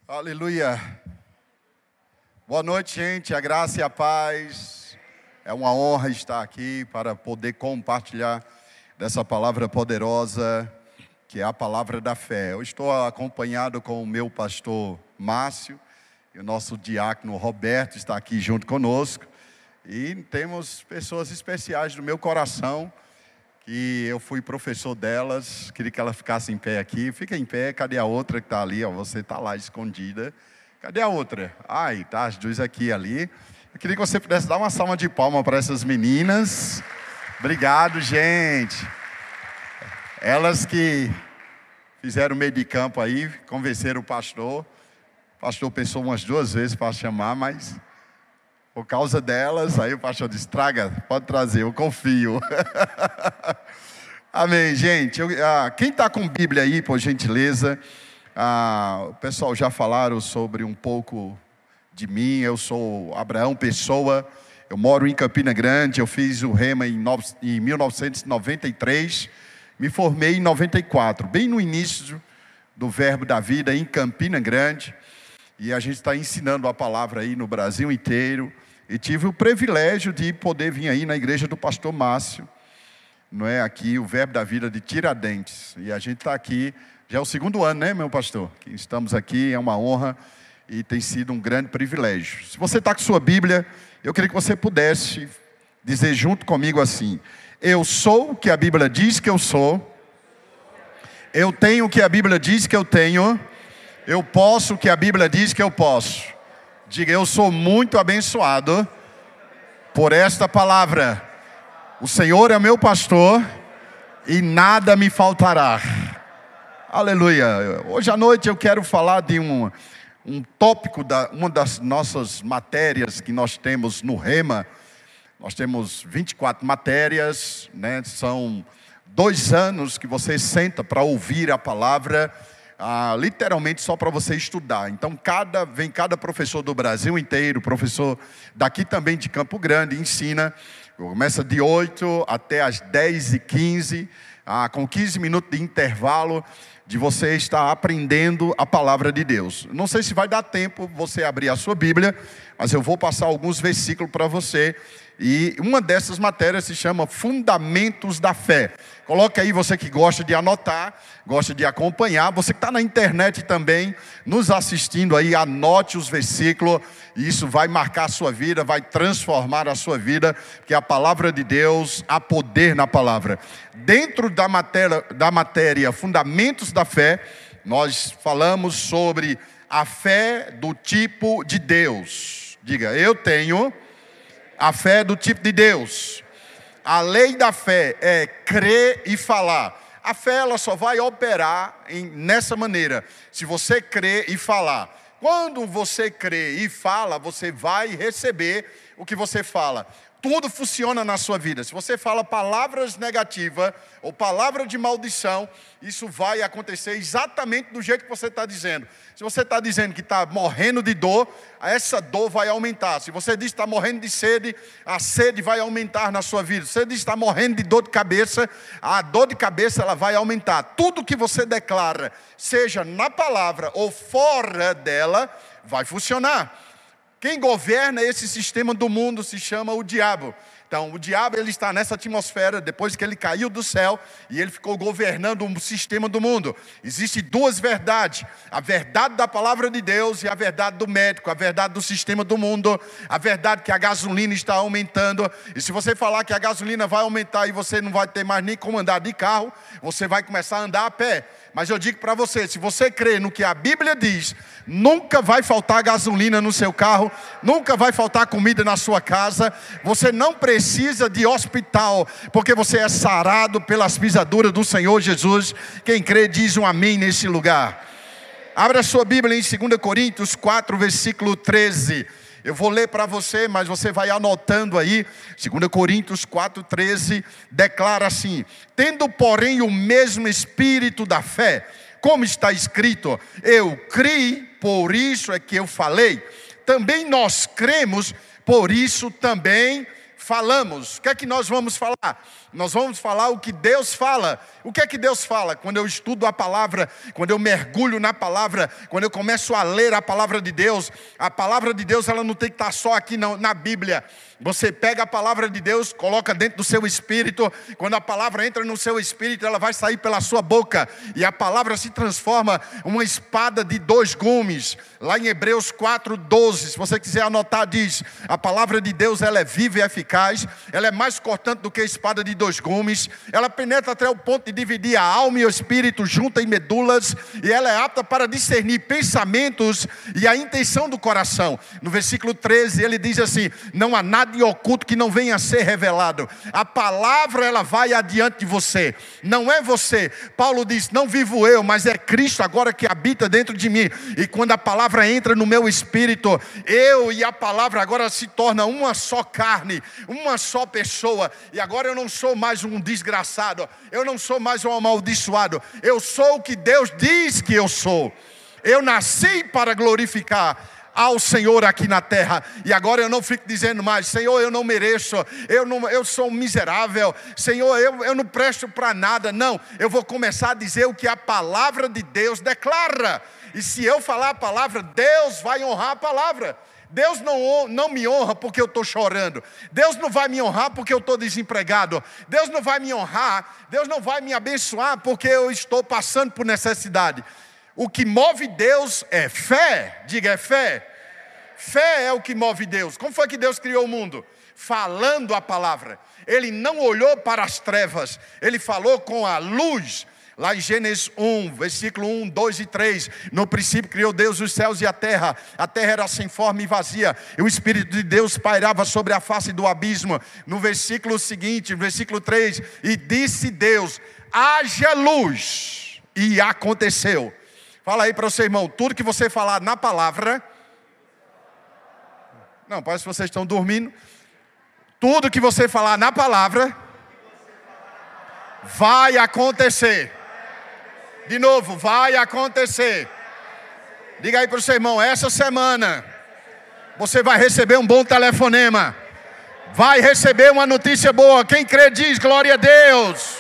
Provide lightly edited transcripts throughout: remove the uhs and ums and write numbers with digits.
Aleluia. Boa noite, gente. A graça e a paz. É uma honra estar aqui para poder compartilhar dessa palavra poderosa, que é a palavra da fé. Eu estou acompanhado com o meu pastor Márcio e o nosso diácono Roberto está aqui junto conosco. E temos pessoas especiais no meu coração, que eu fui professor delas, queria que ela ficasse em pé aqui. Fica em pé, cadê a outra que está ali? Ó, você está lá escondida. Cadê a outra? Ai, tá, as duas aqui ali. Eu queria que você pudesse dar uma salva de palmas para essas meninas. Obrigado, gente. Elas que fizeram o meio de campo aí, convenceram o pastor. O pastor pensou umas 2 vezes para chamar, mas por causa delas, aí o pastor disse, traga, pode trazer, eu confio. Amém, gente. Quem está com Bíblia aí, por gentileza? O pessoal já falaram sobre um pouco de mim. Eu sou Abraão Pessoa, eu moro em Campina Grande, eu fiz o Rema em 1993, me formei em 94, bem no início do Verbo da Vida em Campina Grande, e a gente está ensinando a palavra aí no Brasil inteiro, e tive o privilégio de poder vir aí na igreja do pastor Márcio, não é, aqui o Verbo da Vida de Tiradentes, e a gente está aqui, já é o 2º ano, né, meu pastor? Que estamos aqui, é uma honra e tem sido um grande privilégio. Se você está com sua Bíblia, eu queria que você pudesse dizer junto comigo assim: eu sou o que a Bíblia diz que eu sou, eu tenho o que a Bíblia diz que eu tenho, eu posso o que a Bíblia diz que eu posso. Diga, eu sou muito abençoado por esta palavra. O Senhor é meu pastor e nada me faltará. Aleluia. Hoje à noite eu quero falar de um tópico, uma das nossas matérias que nós temos no Rema. Nós temos 24 matérias, né? São 2 anos que você senta para ouvir a palavra, literalmente só para você estudar. Então vem cada professor do Brasil inteiro, professor daqui também de Campo Grande, ensina. Começa de 8 até as 10h15, com 15 minutos de intervalo, de você estar aprendendo a palavra de Deus. Não sei se vai dar tempo você abrir a sua Bíblia, mas eu vou passar alguns versículos para você. E uma dessas matérias se chama Fundamentos da Fé. Coloque aí, você que gosta de anotar, gosta de acompanhar. Você que está na internet também, nos assistindo aí, anote os versículos. E isso vai marcar a sua vida, vai transformar a sua vida, porque a palavra de Deus, há poder na palavra. Dentro da matéria Fundamentos da Fé, nós falamos sobre a fé do tipo de Deus. Diga, eu tenho a fé do tipo de Deus. A lei da fé é crer e falar. A fé ela só vai operar nessa maneira, se você crer e falar. Quando você crê e fala, você vai receber o que você fala. Tudo funciona na sua vida. Se você fala palavras negativas ou palavra de maldição, isso vai acontecer exatamente do jeito que você está dizendo. Se você está dizendo que está morrendo de dor, essa dor vai aumentar. Se você diz que está morrendo de sede, a sede vai aumentar na sua vida. Se você diz que está morrendo de dor de cabeça, a dor de cabeça ela vai aumentar. Tudo que você declara, seja na palavra ou fora dela, vai funcionar. Quem governa esse sistema do mundo se chama o diabo. Então, o diabo ele está nessa atmosfera depois que ele caiu do céu e ele ficou governando o sistema do mundo. Existem 2 verdades: a verdade da palavra de Deus e a verdade do médico, a verdade do sistema do mundo, a verdade que a gasolina está aumentando. E se você falar que a gasolina vai aumentar e você não vai ter mais nem como andar de carro, você vai começar a andar a pé. Mas eu digo para você, se você crê no que a Bíblia diz, nunca vai faltar gasolina no seu carro, nunca vai faltar comida na sua casa, você não precisa de hospital, porque você é sarado pelas pisaduras do Senhor Jesus. Quem crê diz um amém nesse lugar. Abra sua Bíblia em 2 Coríntios 4, versículo 13. Eu vou ler para você, mas você vai anotando aí. 2 Coríntios 4,13 declara assim: tendo porém o mesmo espírito da fé, como está escrito, eu criei, por isso é que eu falei. Também nós cremos, por isso também falamos. O que é que nós vamos falar? Nós vamos falar o que Deus fala. O que é que Deus fala? Quando eu estudo a palavra, quando eu mergulho na palavra, quando eu começo a ler a palavra de Deus, ela não tem que estar só aqui na Bíblia. Você pega a palavra de Deus, coloca dentro do seu espírito. Quando a palavra entra no seu espírito, ela vai sair pela sua boca. E a palavra se transforma em uma espada de 2 gumes. Lá em Hebreus 4:12, se você quiser anotar, diz: a palavra de Deus, ela é viva e eficaz. Ela é mais cortante do que a espada de 2 gumes. Ela penetra até o ponto de dividir a alma e o espírito, junta em medulas. E ela é apta para discernir pensamentos e a intenção do coração. No versículo 13, ele diz assim: não há nada de oculto que não venha a ser revelado. A palavra, ela vai adiante de você. Não é você. Paulo diz: não vivo eu, mas é Cristo agora que habita dentro de mim. E quando a palavra entra no meu espírito, eu e a palavra agora se torna uma só carne, uma só pessoa. E agora eu não sou mais um desgraçado, eu não sou mais um amaldiçoado. Eu sou o que Deus diz que eu sou. Eu nasci para glorificar ao Senhor aqui na terra. E agora eu não fico dizendo mais: Senhor, eu não mereço, eu sou um miserável, Senhor, eu não presto para nada. Não, eu vou começar a dizer o que a palavra de Deus declara. E se eu falar a palavra, Deus vai honrar a palavra. Deus não me honra porque eu estou chorando. Deus não vai me honrar porque eu estou desempregado. Deus não vai me honrar, Deus não vai me abençoar porque eu estou passando por necessidade. O que move Deus é fé. Diga, é fé. Fé é o que move Deus. Como foi que Deus criou o mundo? Falando a palavra. Ele não olhou para as trevas, ele falou com a luz. Lá em Gênesis 1, versículo 1, 2 e 3. No princípio criou Deus os céus e a terra. A terra era sem forma e vazia, e o Espírito de Deus pairava sobre a face do abismo. No versículo seguinte, no versículo 3. E disse Deus: haja luz. E aconteceu. Fala aí para o seu irmão: tudo que você falar na palavra... Não, parece que vocês estão dormindo. Tudo que você falar na palavra vai acontecer. De novo, vai acontecer. Diga aí para o seu irmão: essa semana você vai receber um bom telefonema. Vai receber uma notícia boa. Quem crê diz glória a Deus.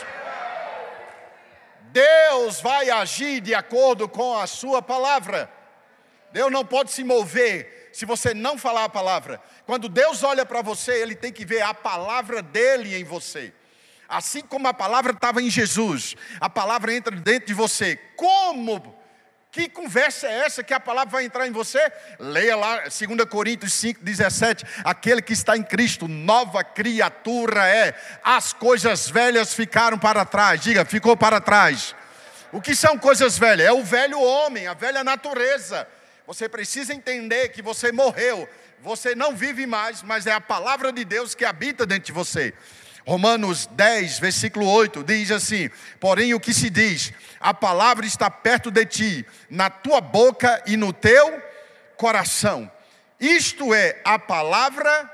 Deus vai agir de acordo com a sua palavra. Deus não pode se mover se você não falar a palavra. Quando Deus olha para você, Ele tem que ver a palavra dEle em você. Assim como a palavra estava em Jesus, a palavra entra dentro de você. Como? Que conversa é essa que a palavra vai entrar em você? Leia lá 2 Coríntios 5:17. Aquele que está em Cristo, nova criatura é. As coisas velhas ficaram para trás. Diga, ficou para trás. O que são coisas velhas? É o velho homem, a velha natureza. Você precisa entender que você morreu. Você não vive mais, mas é a palavra de Deus que habita dentro de você. Romanos 10, versículo 8, diz assim: porém o que se diz, a palavra está perto de ti, na tua boca e no teu coração. Isto é a palavra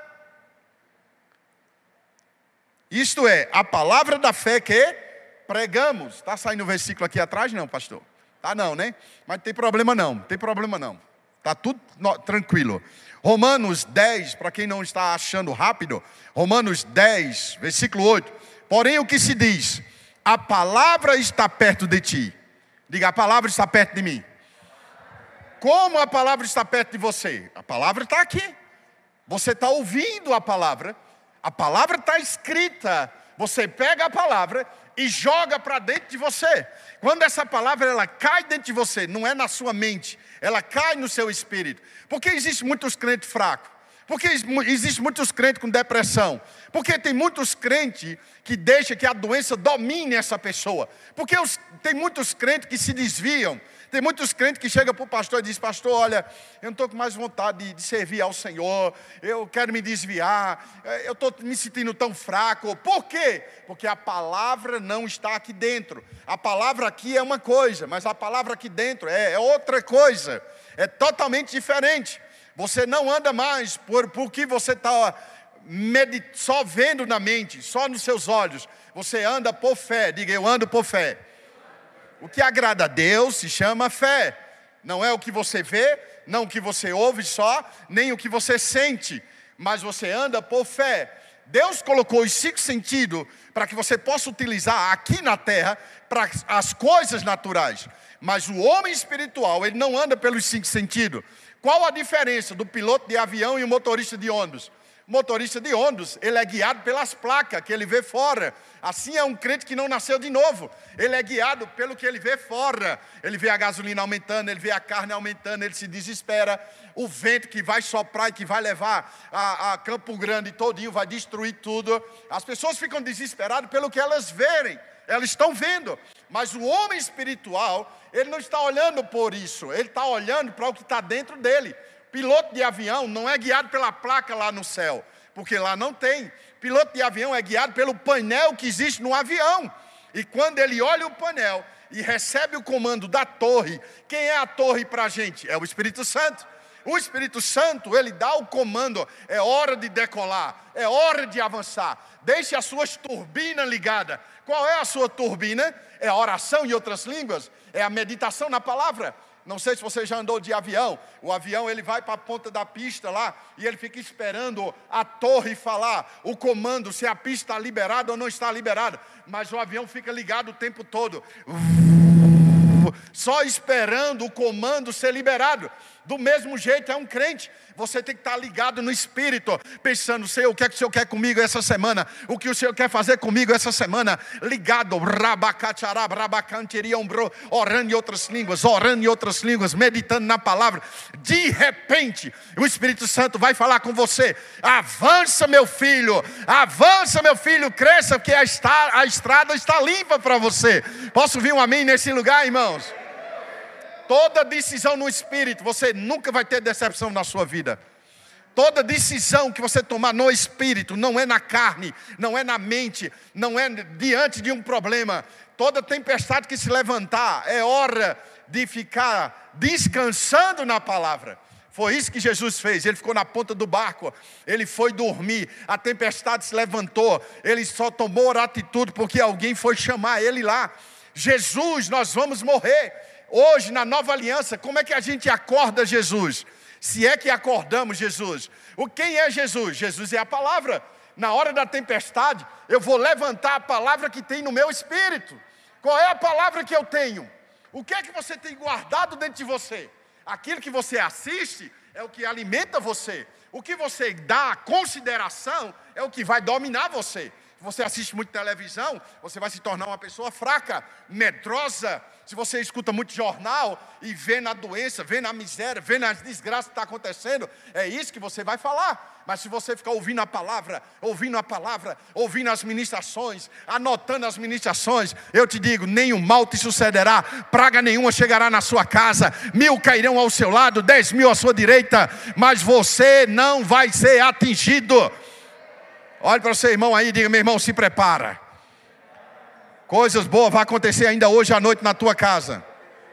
da fé que pregamos. Está saindo o versículo aqui atrás? Não, pastor. Tá não, né? Mas não tem problema não, Está tudo tranquilo. Romanos 10, para quem não está achando rápido, Romanos 10, versículo 8. Porém o que se diz, a palavra está perto de ti. Diga, a palavra está perto de mim. Como a palavra está perto de você? A palavra está aqui. Você está ouvindo a palavra está escrita. Você pega a palavra e joga para dentro de você. Quando essa palavra ela cai dentro de você, não é na sua mente, ela cai no seu espírito. Porque existem muitos crentes fracos. Porque existem muitos crentes com depressão. Porque tem muitos crentes que deixam que a doença domine essa pessoa. Porque tem muitos crentes que se desviam. Tem muitos crentes que chegam para o pastor e dizem: pastor, olha, eu não estou com mais vontade de servir ao Senhor, eu quero me desviar, eu estou me sentindo tão fraco. Por quê? Porque a palavra não está aqui dentro. A palavra aqui é uma coisa, mas a palavra aqui dentro é outra coisa. É totalmente diferente. Você não anda mais por que você está só vendo na mente, só nos seus olhos. Você anda por fé. Diga, eu ando por fé. O que agrada a Deus se chama fé. Não é o que você vê, não o que você ouve só, nem o que você sente. Mas você anda por fé. Deus colocou os 5 sentidos para que você possa utilizar aqui na terra para as coisas naturais. Mas o homem espiritual, ele não anda pelos 5 sentidos. Qual a diferença do piloto de avião e o motorista de ônibus? O motorista de ônibus, ele é guiado pelas placas que ele vê fora. Assim é um crente que não nasceu de novo. Ele é guiado pelo que ele vê fora. Ele vê a gasolina aumentando, ele vê a carne aumentando, ele se desespera. O vento que vai soprar e que vai levar a Campo Grande todinho, vai destruir tudo. As pessoas ficam desesperadas pelo que elas verem. Elas estão vendo. Mas o homem espiritual, ele não está olhando por isso. Ele está olhando para o que está dentro dele. Piloto de avião não é guiado pela placa lá no céu, porque lá não tem. Piloto de avião é guiado pelo painel que existe no avião. E quando ele olha o painel e recebe o comando da torre, quem é a torre para a gente? É o Espírito Santo. O Espírito Santo, ele dá o comando, é hora de decolar, é hora de avançar. Deixe as suas turbinas ligadas. Qual é a sua turbina? É a oração em outras línguas, é a meditação na palavra. Não sei se você já andou de avião. O avião, ele vai para a ponta da pista lá e ele fica esperando a torre falar o comando, se a pista está liberada ou não está liberada. Mas o avião fica ligado o tempo todo, só esperando o comando ser liberado. Do mesmo jeito é um crente. Você tem que estar ligado no Espírito, pensando: Senhor, o que é que o Senhor quer comigo essa semana? O que o Senhor quer fazer comigo essa semana? Ligado, orando em outras línguas, meditando na palavra. De repente, o Espírito Santo vai falar com você: avança meu filho, cresça, porque a estrada está limpa para você. Posso ouvir um amém nesse lugar, irmãos? Toda decisão no Espírito, você nunca vai ter decepção na sua vida. Toda decisão que você tomar no Espírito, não é na carne, não é na mente, não é diante de um problema. Toda tempestade que se levantar, é hora de ficar descansando na palavra. Foi isso que Jesus fez. Ele ficou na ponta do barco, ele foi dormir, a tempestade se levantou, ele só tomou atitude porque alguém foi chamar ele lá. Jesus, nós vamos morrer. Hoje, na nova aliança, como é que a gente acorda Jesus? Se é que acordamos Jesus. Quem é Jesus? Jesus é a palavra. Na hora da tempestade, eu vou levantar a palavra que tem no meu espírito. Qual é a palavra que eu tenho? O que é que você tem guardado dentro de você? Aquilo que você assiste é o que alimenta você. O que você dá consideração é o que vai dominar você. Se você assiste muito televisão, você vai se tornar uma pessoa fraca, medrosa. Se você escuta muito jornal e vê na doença, vê na miséria, vê nas desgraças que está acontecendo, é isso que você vai falar. Mas se você ficar ouvindo a palavra, ouvindo as ministrações, anotando as ministrações, eu te digo, nenhum mal te sucederá, praga nenhuma chegará na sua casa, 1000 cairão ao seu lado, 10.000 à sua direita, mas você não vai ser atingido. Olhe para o seu irmão aí e diga: meu irmão, se prepara. Coisas boas vão acontecer ainda hoje à noite na tua casa.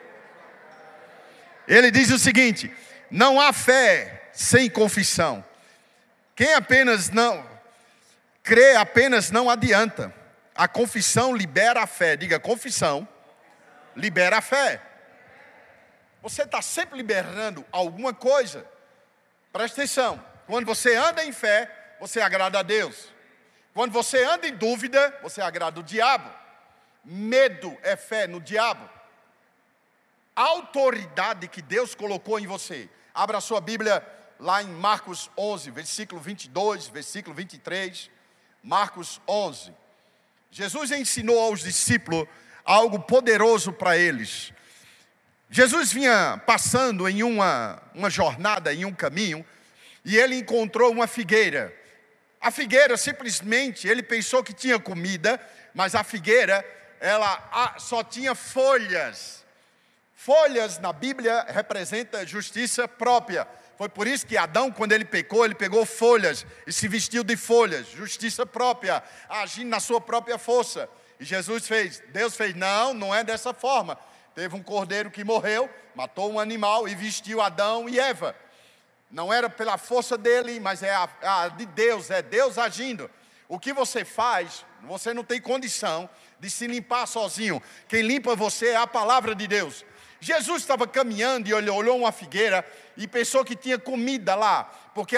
Ele diz o seguinte: não há fé sem confissão. Quem apenas não crê, apenas não adianta. A confissão libera a fé. Diga: confissão libera a fé. Você está sempre liberando alguma coisa. Presta atenção. Quando você anda em fé, você agrada a Deus. Quando você anda em dúvida, você agrada o diabo. Medo é fé no diabo. A autoridade que Deus colocou em você. Abra a sua Bíblia lá em Marcos 11, versículo 22, versículo 23. Marcos 11. Jesus ensinou aos discípulos algo poderoso para eles. Jesus vinha passando em uma jornada, em um caminho, e ele encontrou uma figueira. A figueira, simplesmente, ele pensou que tinha comida, mas a figueira, ela só tinha folhas. Folhas na Bíblia representa justiça própria. Foi por isso que Adão, quando ele pegou folhas e se vestiu de folhas, justiça própria, agindo na sua própria força. E Deus fez, não é dessa forma. Teve um cordeiro que morreu, matou um animal e vestiu Adão e Eva. Não era pela força dele, mas é a de Deus, é Deus agindo. O que você faz, você não tem condição de se limpar sozinho. Quem limpa você é a palavra de Deus. Jesus estava caminhando e olhou uma figueira e pensou que tinha comida lá, porque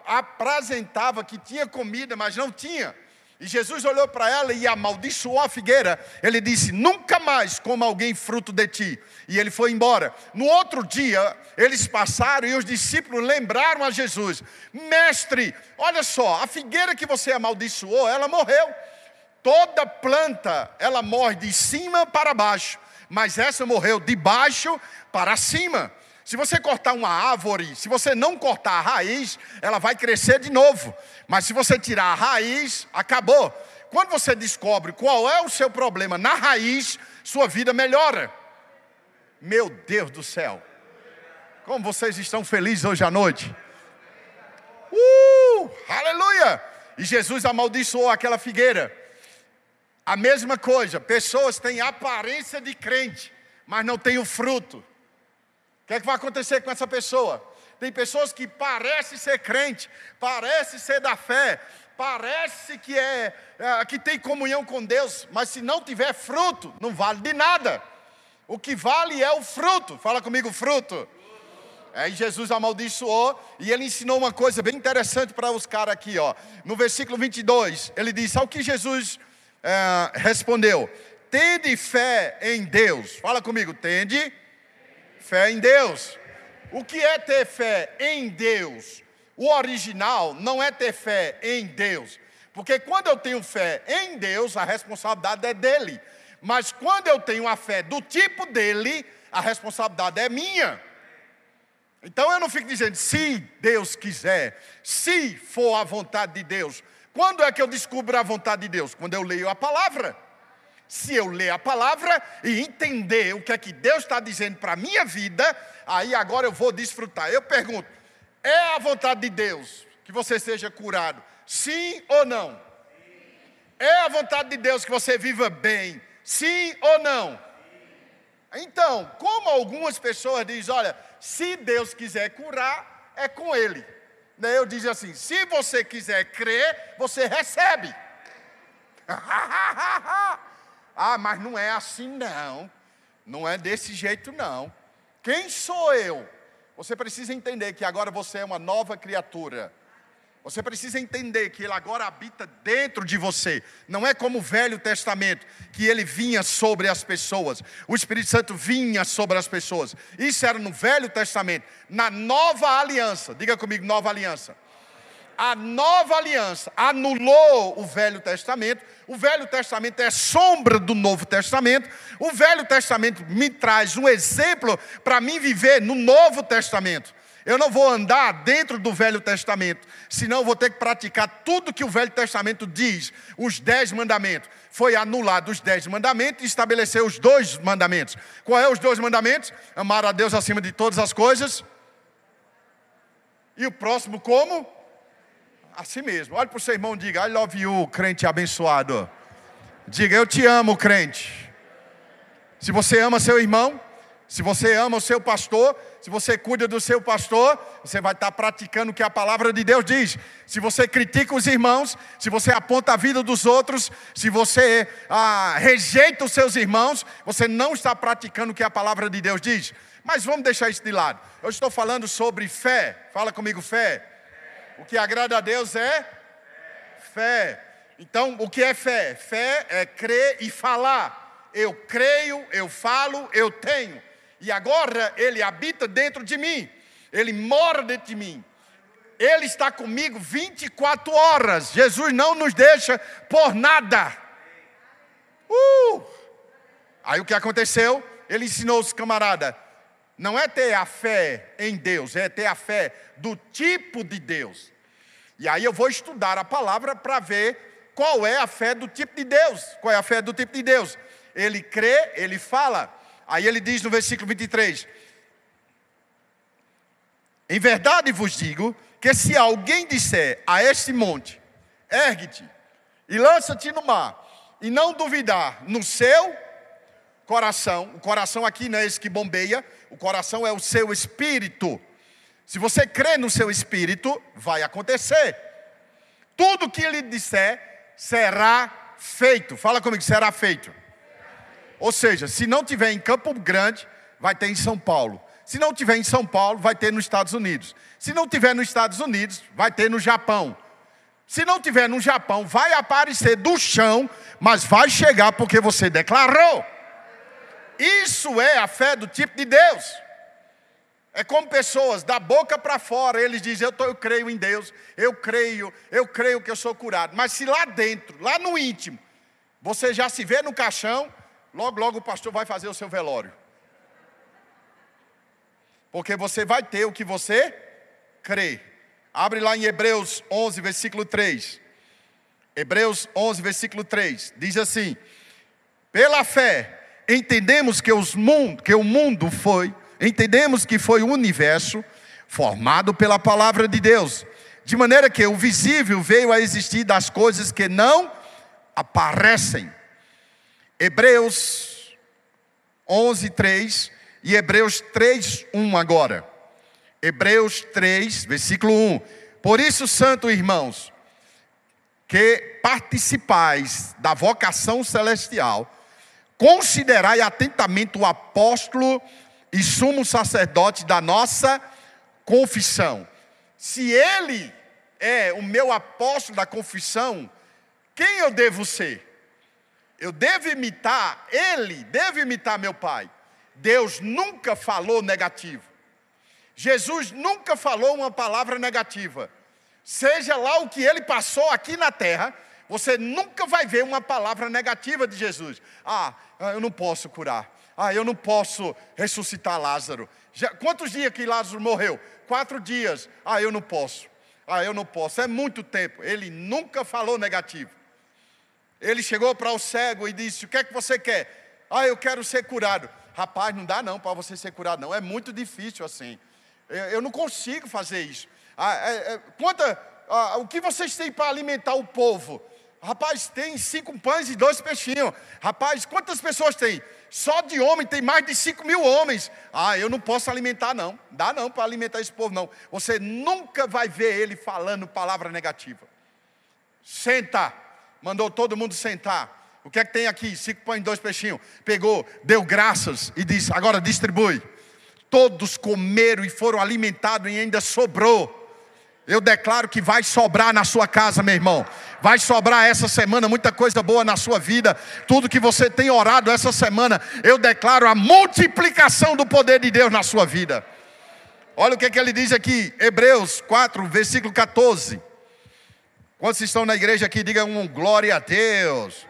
apresentava que tinha comida, mas não tinha. E Jesus olhou para ela e amaldiçoou a figueira. Ele disse: nunca mais coma alguém fruto de ti. E ele foi embora. No outro dia, eles passaram e os discípulos lembraram a Jesus: mestre, olha só, a figueira que você amaldiçoou, ela morreu. Toda planta, ela morre de cima para baixo, mas essa morreu de baixo para cima. Se você cortar uma árvore, se você não cortar a raiz, ela vai crescer de novo. Mas se você tirar a raiz, acabou. Quando você descobre qual é o seu problema na raiz, sua vida melhora. Meu Deus do céu. Como vocês estão felizes hoje à noite? Aleluia! E Jesus amaldiçoou aquela figueira. A mesma coisa, pessoas têm aparência de crente, mas não têm o fruto. O que é que vai acontecer com essa pessoa? Tem pessoas que parecem ser crente, parecem ser da fé, parece que tem comunhão com Deus, mas se não tiver fruto, não vale de nada. O que vale é o fruto. Fala comigo, fruto. Aí Jesus amaldiçoou e ele ensinou uma coisa bem interessante para os caras aqui, ó. No versículo 22, ele diz: ao que Jesus respondeu: tende fé em Deus. Fala comigo, tende fé em Deus. O que é ter fé em Deus? O original não é ter fé em Deus. Porque quando eu tenho fé em Deus, a responsabilidade é dele. Mas quando eu tenho a fé do tipo dele, a responsabilidade é minha. Então eu não fico dizendo, se Deus quiser, se for a vontade de Deus. Quando é que eu descubro a vontade de Deus? Quando eu leio a palavra. Se eu ler a palavra e entender o que é que Deus está dizendo para a minha vida, aí agora eu vou desfrutar. Eu pergunto, é a vontade de Deus que você seja curado? Sim ou não? É a vontade de Deus que você viva bem? Sim ou não? Então, como algumas pessoas dizem, olha, se Deus quiser curar, é com Ele. Daí eu digo assim, se você quiser crer, você recebe. Ah, mas não é assim não. Não é desse jeito não. Quem sou eu? Você precisa entender que agora você é uma nova criatura. Você precisa entender que Ele agora habita dentro de você. Não é como o Velho Testamento, que Ele vinha sobre as pessoas. O Espírito Santo vinha sobre as pessoas. Isso era no Velho Testamento. Na Nova Aliança, diga comigo, Nova Aliança. A Nova Aliança anulou o Velho Testamento. O Velho Testamento é sombra do Novo Testamento. O Velho Testamento me traz um exemplo para mim viver no Novo Testamento. Eu não vou andar dentro do Velho Testamento, senão eu vou ter que praticar tudo que o Velho Testamento diz. Os 10 mandamentos. Foi anulado os 10 mandamentos e estabeleceu os 2 mandamentos. Qual é os 2 mandamentos? Amar a Deus acima de todas as coisas. E o próximo como? Assim mesmo. Olha para o seu irmão e diga, I love you, crente abençoado. Diga, eu te amo, crente. Se você ama seu irmão, se você ama o seu pastor, se você cuida do seu pastor, você vai estar praticando o que a palavra de Deus diz. Se você critica os irmãos, se você aponta a vida dos outros, se você rejeita os seus irmãos, você não está praticando o que a palavra de Deus diz. Mas vamos deixar isso de lado. Eu estou falando sobre fé. Fala comigo, fé. O que agrada a Deus é fé. Então, o que é fé? Fé é crer e falar. Eu creio, eu falo, eu tenho. E agora Ele habita dentro de mim. Ele mora dentro de mim. Ele está comigo 24 horas. Jesus não nos deixa por nada. Aí o que aconteceu? Ele ensinou os camaradas. Não é ter a fé em Deus, é ter a fé do tipo de Deus. E aí eu vou estudar a palavra para ver qual é a fé do tipo de Deus. Qual é a fé do tipo de Deus? Ele crê, ele fala. Aí ele diz no versículo 23. Em verdade vos digo que se alguém disser a este monte, ergue-te e lança-te no mar, e não duvidar no seu coração, o coração aqui não é esse que bombeia, o coração é o seu espírito. Se você crê no seu espírito, vai acontecer. Tudo que ele disser será feito. Fala comigo, será feito. Ou seja, se não tiver em Campo Grande, vai ter em São Paulo. Se não tiver em São Paulo, vai ter nos Estados Unidos. Se não tiver nos Estados Unidos, vai ter no Japão. Se não tiver no Japão, vai aparecer do chão, mas vai chegar porque você declarou. Isso é a fé do tipo de Deus. É como pessoas, da boca para fora, eles dizem, eu creio em Deus, eu creio que eu sou curado. Mas se lá dentro, lá no íntimo, você já se vê no caixão, logo, logo o pastor vai fazer o seu velório. Porque você vai ter o que você crê. Abre lá em Hebreus 11, versículo 3. Hebreus 11, versículo 3. Diz assim: pela fé, entendemos que o mundo foi... Entendemos que foi o universo formado pela palavra de Deus, de maneira que o visível veio a existir das coisas que não aparecem. Hebreus 11, 3 e Hebreus 3, 1 agora. Hebreus 3, versículo 1. Por isso, santos irmãos, que participais da vocação celestial, considerai atentamente o apóstolo e sumo sacerdote da nossa confissão. Se ele é o meu apóstolo da confissão, quem eu devo ser? Eu devo imitar ele, devo imitar meu pai. Deus nunca falou negativo. Jesus nunca falou uma palavra negativa. Seja lá o que ele passou aqui na terra, você nunca vai ver uma palavra negativa de Jesus. Eu não posso curar. Eu não posso ressuscitar Lázaro. Quantos dias que Lázaro morreu? 4 dias. Eu não posso. Eu não posso. É muito tempo. Ele nunca falou negativo. Ele chegou para o cego e disse: o que é que você quer? Eu quero ser curado. Rapaz, não dá não para você ser curado não. É muito difícil assim. Eu não consigo fazer isso. O que vocês têm para alimentar o povo? Rapaz, tem 5 pães e 2 peixinhos. Rapaz, quantas pessoas tem? Só de homem tem mais de 5.000 homens. Eu não posso alimentar não. Dá não para alimentar esse povo não. Você nunca vai ver ele falando palavra negativa. Senta. Mandou todo mundo sentar. O que é que tem aqui? 5 pães e 2 peixinhos. Pegou, deu graças e disse: agora distribui. Todos comeram e foram alimentados e ainda sobrou. Eu declaro que vai sobrar na sua casa, meu irmão. Vai sobrar essa semana muita coisa boa na sua vida. Tudo que você tem orado essa semana, eu declaro a multiplicação do poder de Deus na sua vida. Olha o que ele diz aqui, Hebreus 4, versículo 14. Quantos estão na igreja aqui, digam glória a Deus.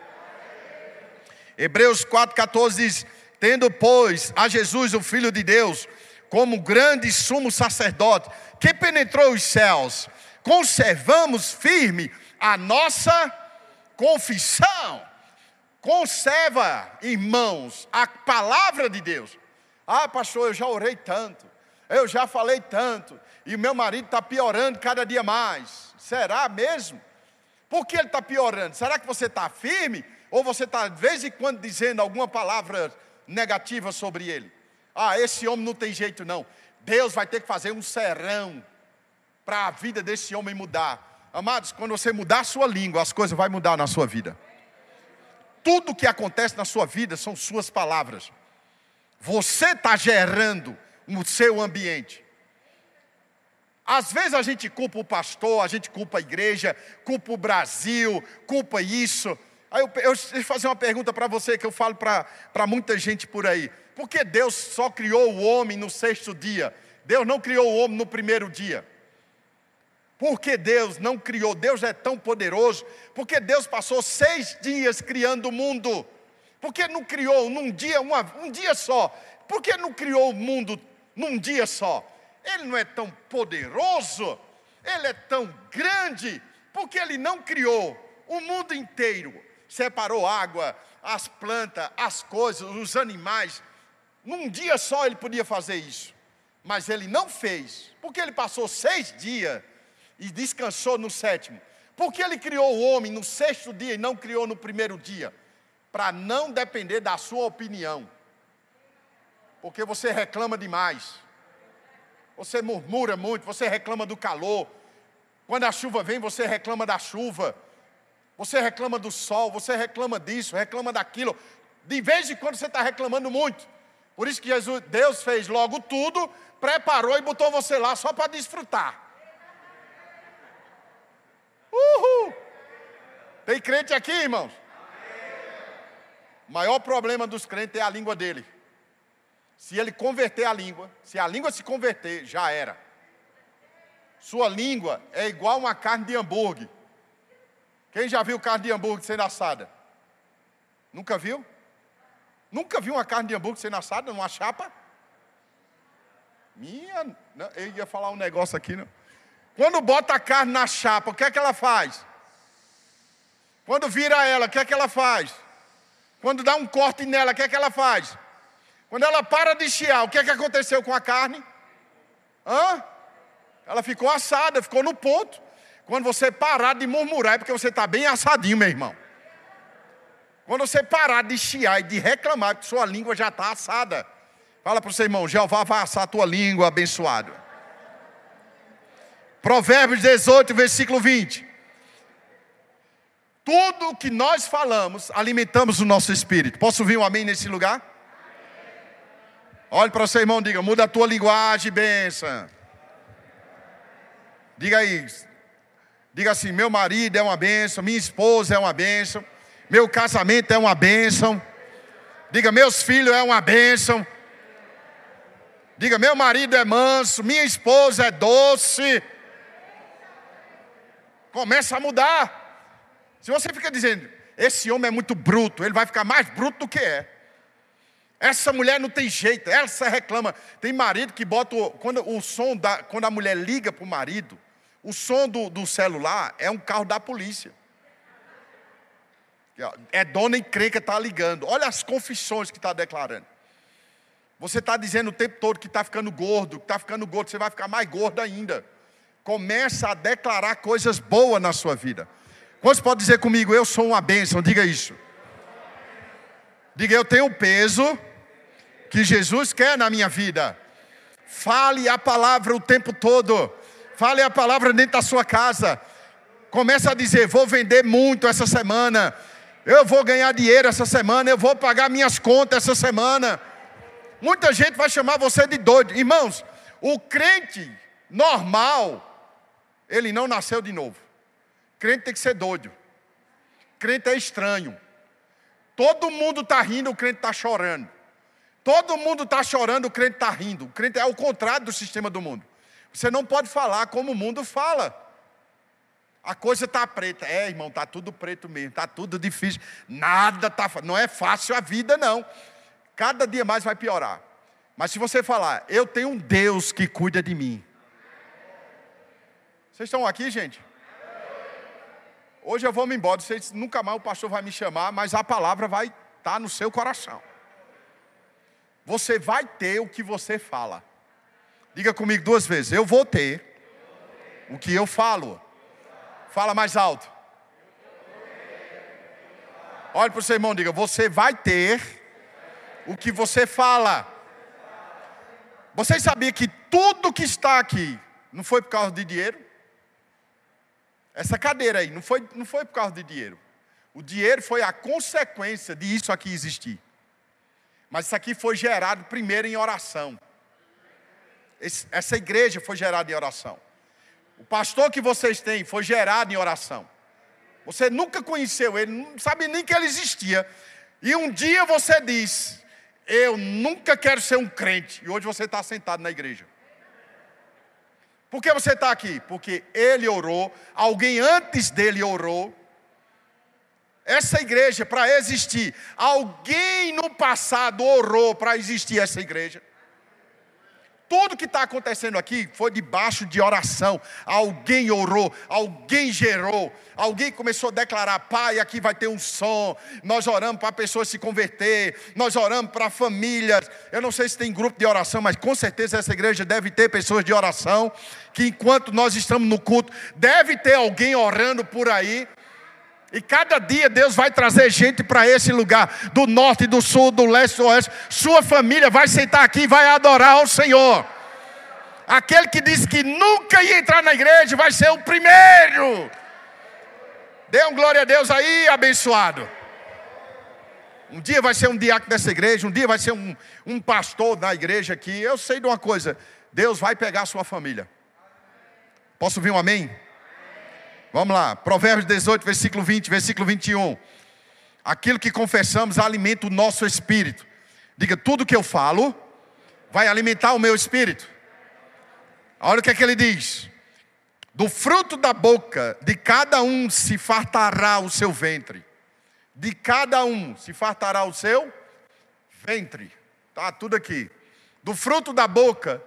Hebreus 4, 14 diz: tendo, pois, a Jesus, o Filho de Deus, como grande sumo sacerdote, que penetrou os céus, conservamos firme a nossa confissão. Conserva, irmãos, a palavra de Deus. Pastor, eu já orei tanto, eu já falei tanto, e o meu marido está piorando cada dia mais. Será mesmo? Por que ele está piorando? Será que você está firme? Ou você está de vez em quando dizendo alguma palavra negativa sobre ele? Esse homem não tem jeito não. Deus vai ter que fazer um serão para a vida desse homem mudar. Amados, quando você mudar a sua língua, as coisas vão mudar na sua vida. Tudo que acontece na sua vida são suas palavras. Você está gerando o seu ambiente. Às vezes a gente culpa o pastor, a gente culpa a igreja, culpa o Brasil, culpa isso. Deixa eu fazer uma pergunta para você que eu falo para muita gente por aí. Por que Deus só criou o homem no 6º dia? Deus não criou o homem no 1º dia. Por que Deus não criou? Deus é tão poderoso. Porque Deus passou 6 dias criando o mundo. Por que não criou num dia, um dia só? Por que não criou o mundo num dia só? Ele não é tão poderoso? Ele é tão grande? Por que Ele não criou o mundo inteiro? Separou água, as plantas, as coisas, os animais. Num dia só Ele podia fazer isso. Mas Ele não fez. Porque Ele passou 6 dias e descansou no 7º. Porque Ele criou o homem no 6º dia e não criou no 1º dia? Para não depender da sua opinião. Porque você reclama demais. Você murmura muito, você reclama do calor. Quando a chuva vem, você reclama da chuva. Você reclama do sol, você reclama disso, reclama daquilo. De vez em quando você está reclamando muito. Por isso que Deus fez logo tudo, preparou e botou você lá só para desfrutar. Uhul! Tem crente aqui, irmãos? O maior problema dos crentes é a língua dele. Se ele converter a língua, se a língua se converter, já era. Sua língua é igual uma carne de hambúrguer. Quem já viu carne de hambúrguer sendo assada? Nunca viu? Nunca viu uma carne de hambúrguer sendo assada numa chapa? Não, eu ia falar um negócio aqui, não. Quando bota a carne na chapa, o que é que ela faz? Quando vira ela, o que é que ela faz? Quando dá um corte nela, o que é que ela faz? Quando ela para de chiar, o que é que aconteceu com a carne? Ela ficou assada, ficou no ponto. Quando você parar de murmurar, é porque você está bem assadinho, meu irmão. Quando você parar de chiar e de reclamar, é porque sua língua já está assada. Fala para o seu irmão, Jeová vai assar a tua língua, abençoado. Provérbios 18, versículo 20. Tudo o que nós falamos, alimentamos o nosso espírito. Posso ouvir um amém nesse lugar? Olhe para o seu irmão e diga, muda a tua linguagem, bênção. Diga aí. Diga assim, meu marido é uma bênção, minha esposa é uma bênção, meu casamento é uma bênção. Diga, meus filhos é uma bênção. Diga, meu marido é manso, minha esposa é doce. Começa a mudar. Se você fica dizendo, esse homem é muito bruto, ele vai ficar mais bruto do que é. Essa mulher não tem jeito, essa reclama. Tem marido que bota, quando a mulher liga para o marido, o som do celular é um carro da polícia. É dona encrenca que está ligando. Olha as confissões que está declarando. Você está dizendo o tempo todo que está ficando gordo, você vai ficar mais gordo ainda. Começa a declarar coisas boas na sua vida. Quantos podem dizer comigo, eu sou uma bênção? Diga isso. Diga, eu tenho o peso que Jesus quer na minha vida. Fale a palavra o tempo todo. Fale a palavra dentro da sua casa. Começa a dizer, vou vender muito essa semana. Eu vou ganhar dinheiro essa semana. Eu vou pagar minhas contas essa semana. Muita gente vai chamar você de doido. Irmãos, o crente normal, ele não nasceu de novo. Crente tem que ser doido. Crente é estranho. Todo mundo está rindo, o crente está chorando. Todo mundo está chorando, o crente está rindo. O crente é o contrário do sistema do mundo. Você não pode falar como o mundo fala. A coisa está preta. É, irmão, está tudo preto mesmo. Está tudo difícil. Nada está fácil. Não é fácil a vida, não. Cada dia mais vai piorar. Mas se você falar, eu tenho um Deus que cuida de mim. Vocês estão aqui, gente? Hoje eu vou me embora. Vocês, nunca mais o pastor vai me chamar, mas a palavra vai estar no seu coração. Você vai ter o que você fala. Diga comigo 2 vezes. Eu vou ter o que eu falo. Fala mais alto. Olha para o seu irmão e diga, você vai ter o que você fala. Vocês sabiam que tudo que está aqui não foi por causa de dinheiro? Essa cadeira aí não foi por causa de dinheiro. O dinheiro foi a consequência de isso aqui existir. Mas isso aqui foi gerado primeiro em oração. Essa igreja foi gerada em oração. O pastor que vocês têm foi gerado em oração. Você nunca conheceu ele, não sabe nem que ele existia. E um dia você diz, eu nunca quero ser um crente. E hoje você está sentado na igreja. Por que você está aqui? Porque ele orou, alguém antes dele orou. Essa igreja, para existir, alguém no passado orou para existir essa igreja. Tudo que está acontecendo aqui foi debaixo de oração. Alguém orou, alguém gerou, alguém começou a declarar, Pai, aqui vai ter um som. Nós oramos para pessoas se converter, nós oramos para famílias. Eu não sei se tem grupo de oração, mas com certeza essa igreja deve ter pessoas de oração, que enquanto nós estamos no culto, deve ter alguém orando por aí. E cada dia Deus vai trazer gente para esse lugar, do norte, do sul, do leste, do oeste. Sua família vai sentar aqui e vai adorar ao Senhor. Aquele que disse que nunca ia entrar na igreja vai ser o primeiro. Dê um glória a Deus aí, abençoado. Um dia vai ser um diácono dessa igreja, um dia vai ser um pastor na igreja aqui. Eu sei de uma coisa, Deus vai pegar a sua família. Posso ouvir um amém? Vamos lá, Provérbios 18, versículo 20, versículo 21. Aquilo que confessamos alimenta o nosso espírito. Diga, tudo que eu falo vai alimentar o meu espírito. Olha o que é que ele diz. Do fruto da boca de cada um se fartará o seu ventre. De cada um se fartará o seu ventre. Tá tudo aqui. Do fruto da boca,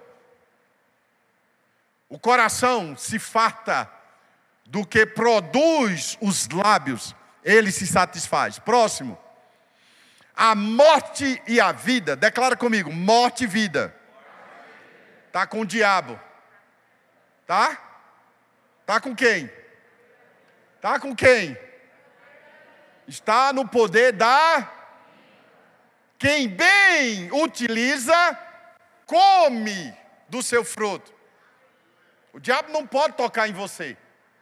o coração se farta. Do que produz os lábios, ele se satisfaz. Próximo. A morte e a vida. Declara comigo, morte e vida. Está com o diabo. Tá? Está com quem? Está com quem? Está no poder da... Quem bem utiliza, come do seu fruto. O diabo não pode tocar em você.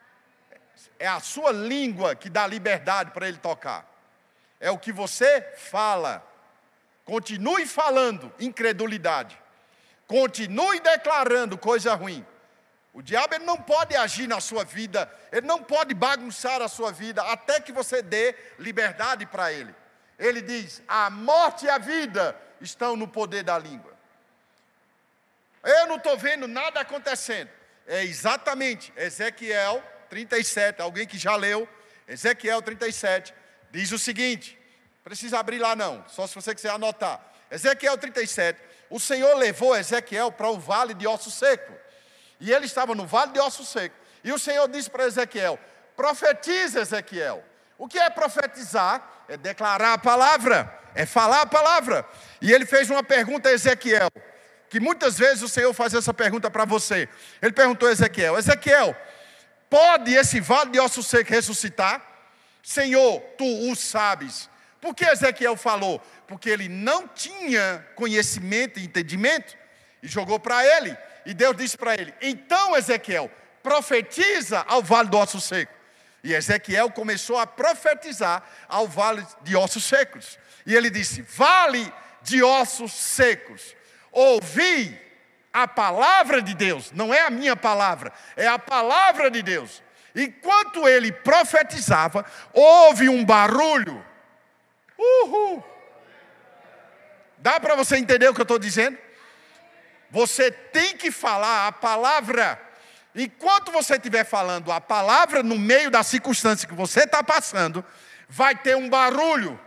É a sua língua que dá liberdade para ele tocar. É o que você fala. Continue falando incredulidade. Continue declarando coisa ruim. O diabo ele não pode agir na sua vida. Ele não pode bagunçar a sua vida até que você dê liberdade para ele. Ele diz, a morte e a vida estão no poder da língua. Eu não estou vendo nada acontecendo. É exatamente Ezequiel 37, alguém que já leu, Ezequiel 37, diz o seguinte, precisa abrir lá não, só se você quiser anotar. Ezequiel 37, o Senhor levou Ezequiel para o vale de ossos secos, e ele estava no vale de ossos secos, e o Senhor disse para Ezequiel, profetiza Ezequiel. O que é profetizar? É declarar a palavra, é falar a palavra. E ele fez uma pergunta a Ezequiel, que muitas vezes o Senhor faz essa pergunta para você. Ele perguntou a Ezequiel, Ezequiel, pode esse vale de ossos secos ressuscitar? Senhor, tu o sabes. Por que Ezequiel falou? Porque ele não tinha conhecimento e entendimento. E jogou para ele. E Deus disse para ele, então Ezequiel, profetiza ao vale de ossos secos. E Ezequiel começou a profetizar ao vale de ossos secos. E ele disse, vale de ossos secos, ouvi a palavra de Deus, não é a minha palavra, é a palavra de Deus. Enquanto ele profetizava, houve um barulho. Dá para você entender o que eu estou dizendo? Você tem que falar a palavra. Enquanto você estiver falando a palavra no meio da circunstância que você está passando, vai ter um barulho.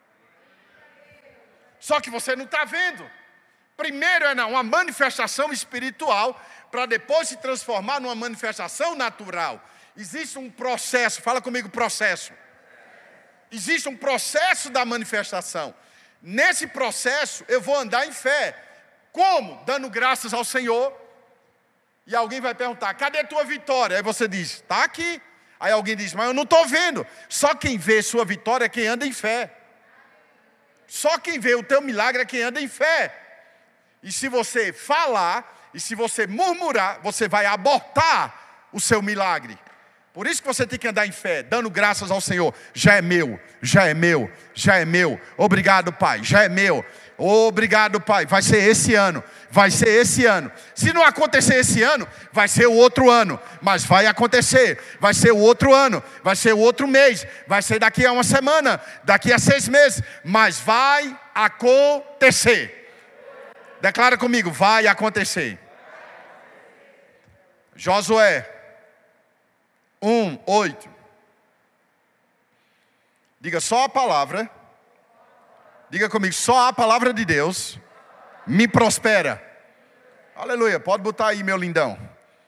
Só que você não está vendo. Primeiro é uma manifestação espiritual, para depois se transformar numa manifestação natural. Existe um processo, fala comigo, processo. Existe um processo da manifestação. Nesse processo eu vou andar em fé. Como? Dando graças ao Senhor. E alguém vai perguntar, cadê tua vitória? Aí você diz, está aqui. Aí alguém diz, mas eu não estou vendo. Só quem vê sua vitória é quem anda em fé. Só quem vê o teu milagre é quem anda em fé. E se você falar, e se você murmurar, você vai abortar o seu milagre. Por isso que você tem que andar em fé, dando graças ao Senhor. Já é meu, já é meu, já é meu. Obrigado, Pai, já é meu. Obrigado, Pai. Vai ser esse ano, vai ser esse ano. Se não acontecer esse ano, vai ser o outro ano. Mas vai acontecer, vai ser o outro ano, vai ser o outro mês, vai ser daqui a uma semana, daqui a 6 meses. Mas vai acontecer. Declara comigo, vai acontecer. Josué 1:8. Diga só a palavra. Diga comigo, só a palavra de Deus me prospera. Aleluia, pode botar aí, meu lindão.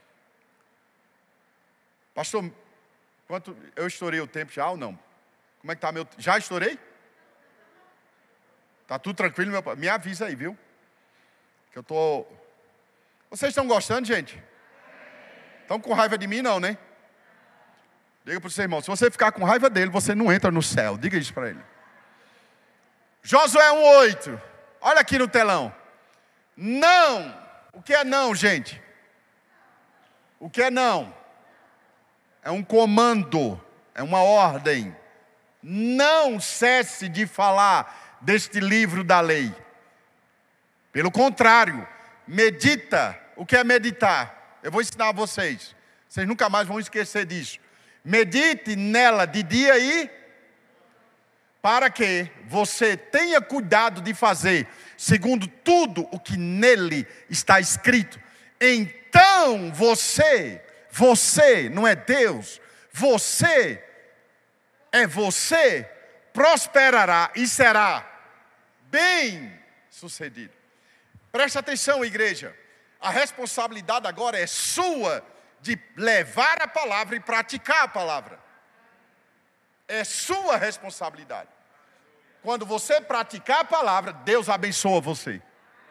Pastor, quanto eu estourei o tempo já ou não? Como é que está meu... Já estourei? Está tudo tranquilo, meu pai? Me avisa aí, viu? Que eu tô... Vocês estão gostando, gente? Estão com raiva de mim, não, né? Diga para o seu irmão, se você ficar com raiva dele, você não entra no céu. Diga isso para ele. Josué 1:8. Olha aqui no telão. Não. O que é não, gente? O que é não? É um comando. É uma ordem. Não cesse de falar deste livro da lei. Pelo contrário, medita. O que é meditar? Eu vou ensinar a vocês. Vocês nunca mais vão esquecer disso. Medite nela de dia e para que você tenha cuidado de fazer segundo tudo o que nele está escrito. Então você, não é Deus, você prosperará e será bem sucedido. Preste atenção, igreja. A responsabilidade agora é sua de levar a palavra e praticar a palavra. É sua responsabilidade. Quando você praticar a palavra, Deus abençoa você.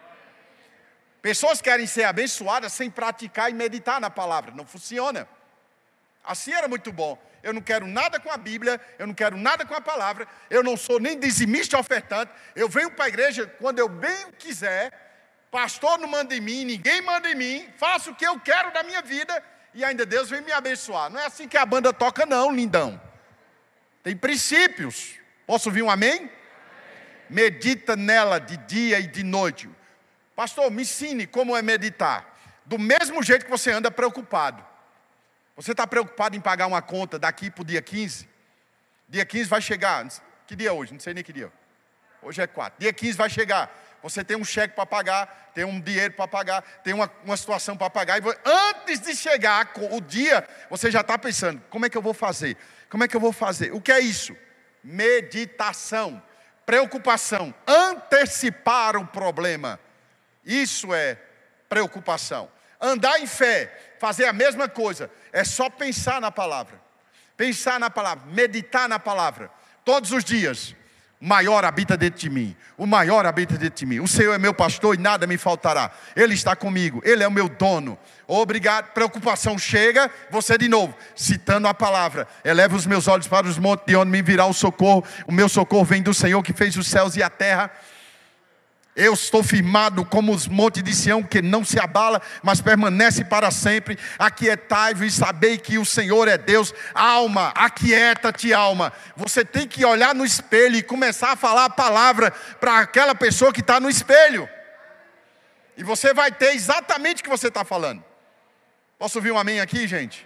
Pessoas querem ser abençoadas sem praticar e meditar na palavra. Não funciona. Assim era muito bom. Eu não quero nada com a Bíblia, eu não quero nada com a palavra, eu não sou nem dizimista ofertante, eu venho para a igreja quando eu bem quiser, pastor não manda em mim, ninguém manda em mim, faço o que eu quero da minha vida e ainda Deus vem me abençoar. Não é assim que a banda toca não, lindão. Tem princípios. Posso ouvir um amém? Medita nela de dia e de noite. Pastor, me ensine como é meditar. Do mesmo jeito que você anda preocupado. Você está preocupado em pagar uma conta daqui para o dia 15? Dia 15 vai chegar. Que dia é hoje? Não sei nem que dia. Hoje é 4. Dia 15 vai chegar. Você tem um cheque para pagar, tem um dinheiro para pagar, tem uma situação para pagar. E antes de chegar o dia, você já está pensando, como é que eu vou fazer? Como é que eu vou fazer? O que é isso? Meditação, preocupação, antecipar o problema. Isso é preocupação. Andar em fé, fazer a mesma coisa, é só pensar na palavra. Pensar na palavra, meditar na palavra. Todos os dias, o maior habita dentro de mim. O maior habita dentro de mim. O Senhor é meu pastor e nada me faltará. Ele está comigo, Ele é o meu dono. Obrigado, preocupação chega, você de novo, citando a palavra. Eleva os meus olhos para os montes de onde me virá o socorro. O meu socorro vem do Senhor que fez os céus e a terra. Eu estou firmado como os montes de Sião, que não se abala, mas permanece para sempre. Aquietai-vos e sabei que o Senhor é Deus. Alma, aquieta-te, alma. Você tem que olhar no espelho e começar a falar a palavra para aquela pessoa que está no espelho. E você vai ter exatamente o que você está falando. Posso ouvir um amém aqui, gente?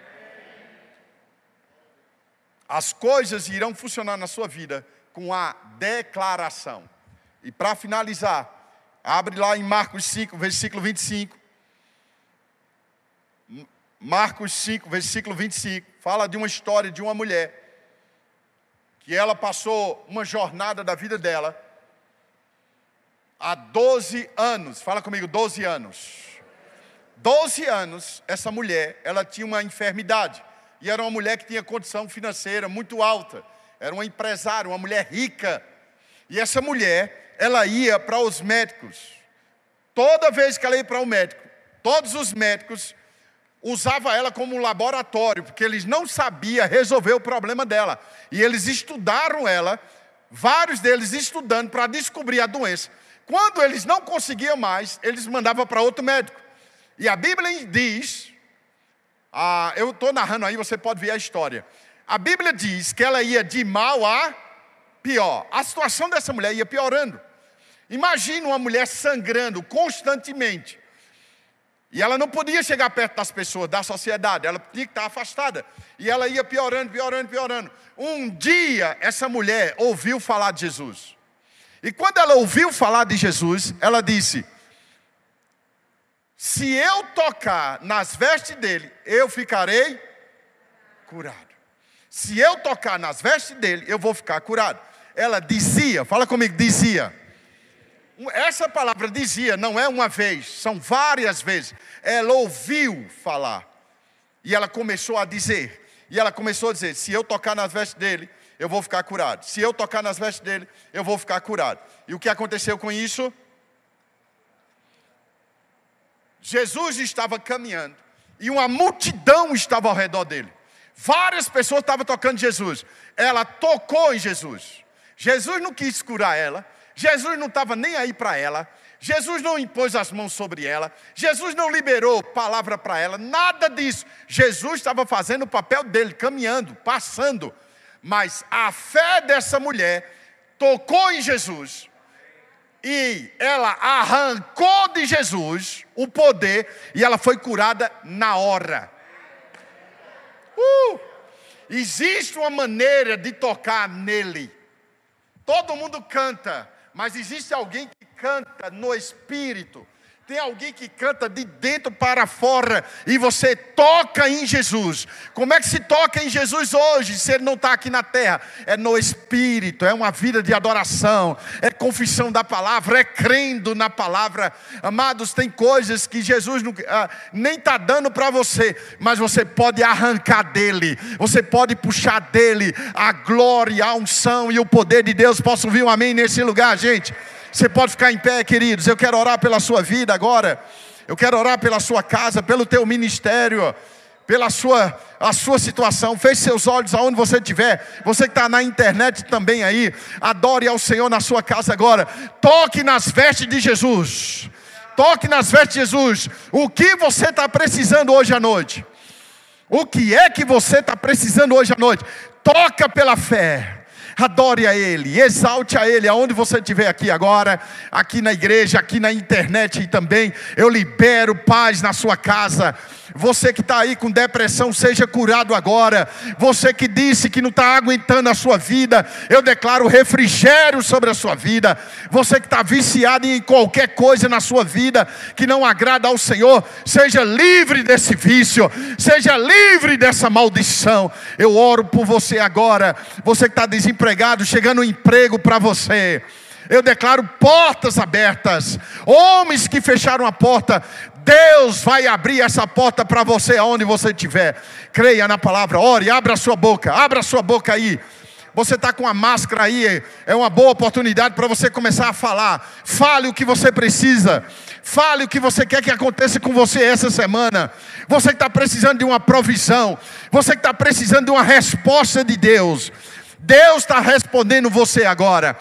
As coisas irão funcionar na sua vida com a declaração. E para finalizar, abre lá em Marcos 5, versículo 25. Marcos 5, versículo 25. Fala de uma história de uma mulher que ela passou uma jornada da vida dela há 12 anos. Fala comigo, 12 anos. 12 anos, essa mulher, ela tinha uma enfermidade. E era uma mulher que tinha condição financeira muito alta. Era uma empresária, uma mulher rica. E essa mulher, ela ia para os médicos. Toda vez que ela ia para o médico, todos os médicos usavam ela como um laboratório, porque eles não sabiam resolver o problema dela. E eles estudaram ela, vários deles estudando para descobrir a doença. Quando eles não conseguiam mais, eles mandavam para outro médico. E a Bíblia diz, eu estou narrando aí, você pode ver a história. A Bíblia diz que ela ia de mal a pior. A situação dessa mulher ia piorando. Imagina uma mulher sangrando constantemente. E ela não podia chegar perto das pessoas, da sociedade. Ela tinha que estar afastada. E ela ia piorando, piorando, piorando. Um dia, essa mulher ouviu falar de Jesus. E quando ela ouviu falar de Jesus, ela disse: se eu tocar nas vestes dele, eu ficarei curado. Se eu tocar nas vestes dele, eu vou ficar curado. Ela dizia, fala comigo, dizia. Essa palavra dizia não é uma vez, são várias vezes. Ela ouviu falar. E ela começou a dizer. E ela começou a dizer: se eu tocar nas vestes dele, eu vou ficar curado. Se eu tocar nas vestes dele, eu vou ficar curado. E o que aconteceu com isso? Jesus estava caminhando e uma multidão estava ao redor dele. Várias pessoas estavam tocando Jesus. Ela tocou em Jesus. Jesus não quis curar ela. Jesus não estava nem aí para ela. Jesus não impôs as mãos sobre ela. Jesus não liberou palavra para ela. Nada disso. Jesus estava fazendo o papel dele, caminhando, passando. Mas a fé dessa mulher tocou em Jesus. E ela arrancou de Jesus o poder e ela foi curada na hora. Existe uma maneira de tocar nele. Todo mundo canta, mas existe alguém que canta no Espírito. Tem alguém que canta de dentro para fora. E você toca em Jesus. Como é que se toca em Jesus hoje, se Ele não está aqui na terra? É no Espírito, é uma vida de adoração, é confissão da palavra, é crendo na palavra. Amados, tem coisas que Jesus nem está dando para você, mas você pode arrancar dele, você pode puxar dele a glória, a unção e o poder de Deus. Posso ouvir um amém nesse lugar, gente? Você pode ficar em pé, queridos. Eu quero orar pela sua vida agora. Eu quero orar pela sua casa, pelo teu ministério, pela a sua situação. Feche seus olhos aonde você estiver. Você que está na internet também aí, adore ao Senhor na sua casa agora. Toque nas vestes de Jesus. Toque nas vestes de Jesus. O que você está precisando hoje à noite? O que é que você está precisando hoje à noite? Toca pela fé. Adore a Ele, exalte a Ele, aonde você estiver aqui agora, aqui na igreja, aqui na internet e também. Eu libero paz na sua casa. Você que está aí com depressão, seja curado agora. Você que disse que não está aguentando a sua vida, eu declaro refrigério sobre a sua vida. Você que está viciado em qualquer coisa na sua vida que não agrada ao Senhor, seja livre desse vício, seja livre dessa maldição. Eu oro por você agora. Você que está desempregado, chegando um emprego para você. Eu declaro portas abertas. Homens que fecharam a porta, Deus vai abrir essa porta para você aonde você estiver. Creia na palavra, ore, abra a sua boca aí. Você está com a máscara aí, é uma boa oportunidade para você começar a falar. Fale o que você precisa. Fale o que você quer que aconteça com você essa semana. Você que está precisando de uma provisão, você que está precisando de uma resposta de Deus, Deus está respondendo você agora.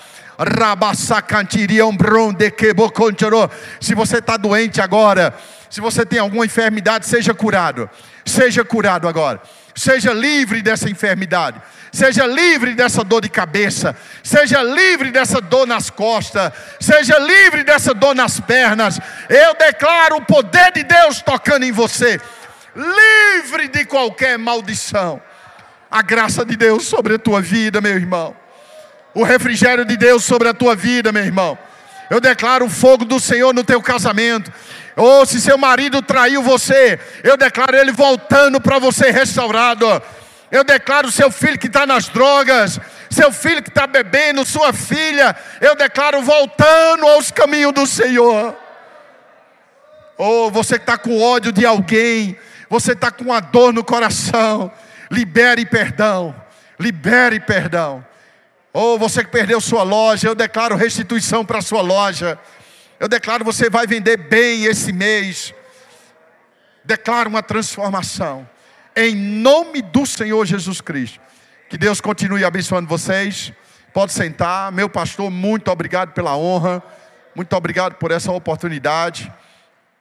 Se você está doente agora, se você tem alguma enfermidade, seja curado. Seja curado agora. Seja livre dessa enfermidade. Seja livre dessa dor de cabeça. Seja livre dessa dor nas costas. Seja livre dessa dor nas pernas. Eu declaro o poder de Deus tocando em você. Livre de qualquer maldição. A graça de Deus sobre a tua vida, meu irmão. O refrigério de Deus sobre a tua vida, meu irmão. Eu declaro o fogo do Senhor no teu casamento. Ou se seu marido traiu você, eu declaro ele voltando para você restaurado. Eu declaro seu filho que está nas drogas, seu filho que está bebendo, sua filha, eu declaro voltando aos caminhos do Senhor. Ou você que está com ódio de alguém, você está com uma dor no coração, libere perdão. Libere perdão. Ou você que perdeu sua loja, eu declaro restituição para a sua loja. Eu declaro você vai vender bem esse mês. Declaro uma transformação. Em nome do Senhor Jesus Cristo. Que Deus continue abençoando vocês. Pode sentar. Meu pastor, muito obrigado pela honra. Muito obrigado por essa oportunidade.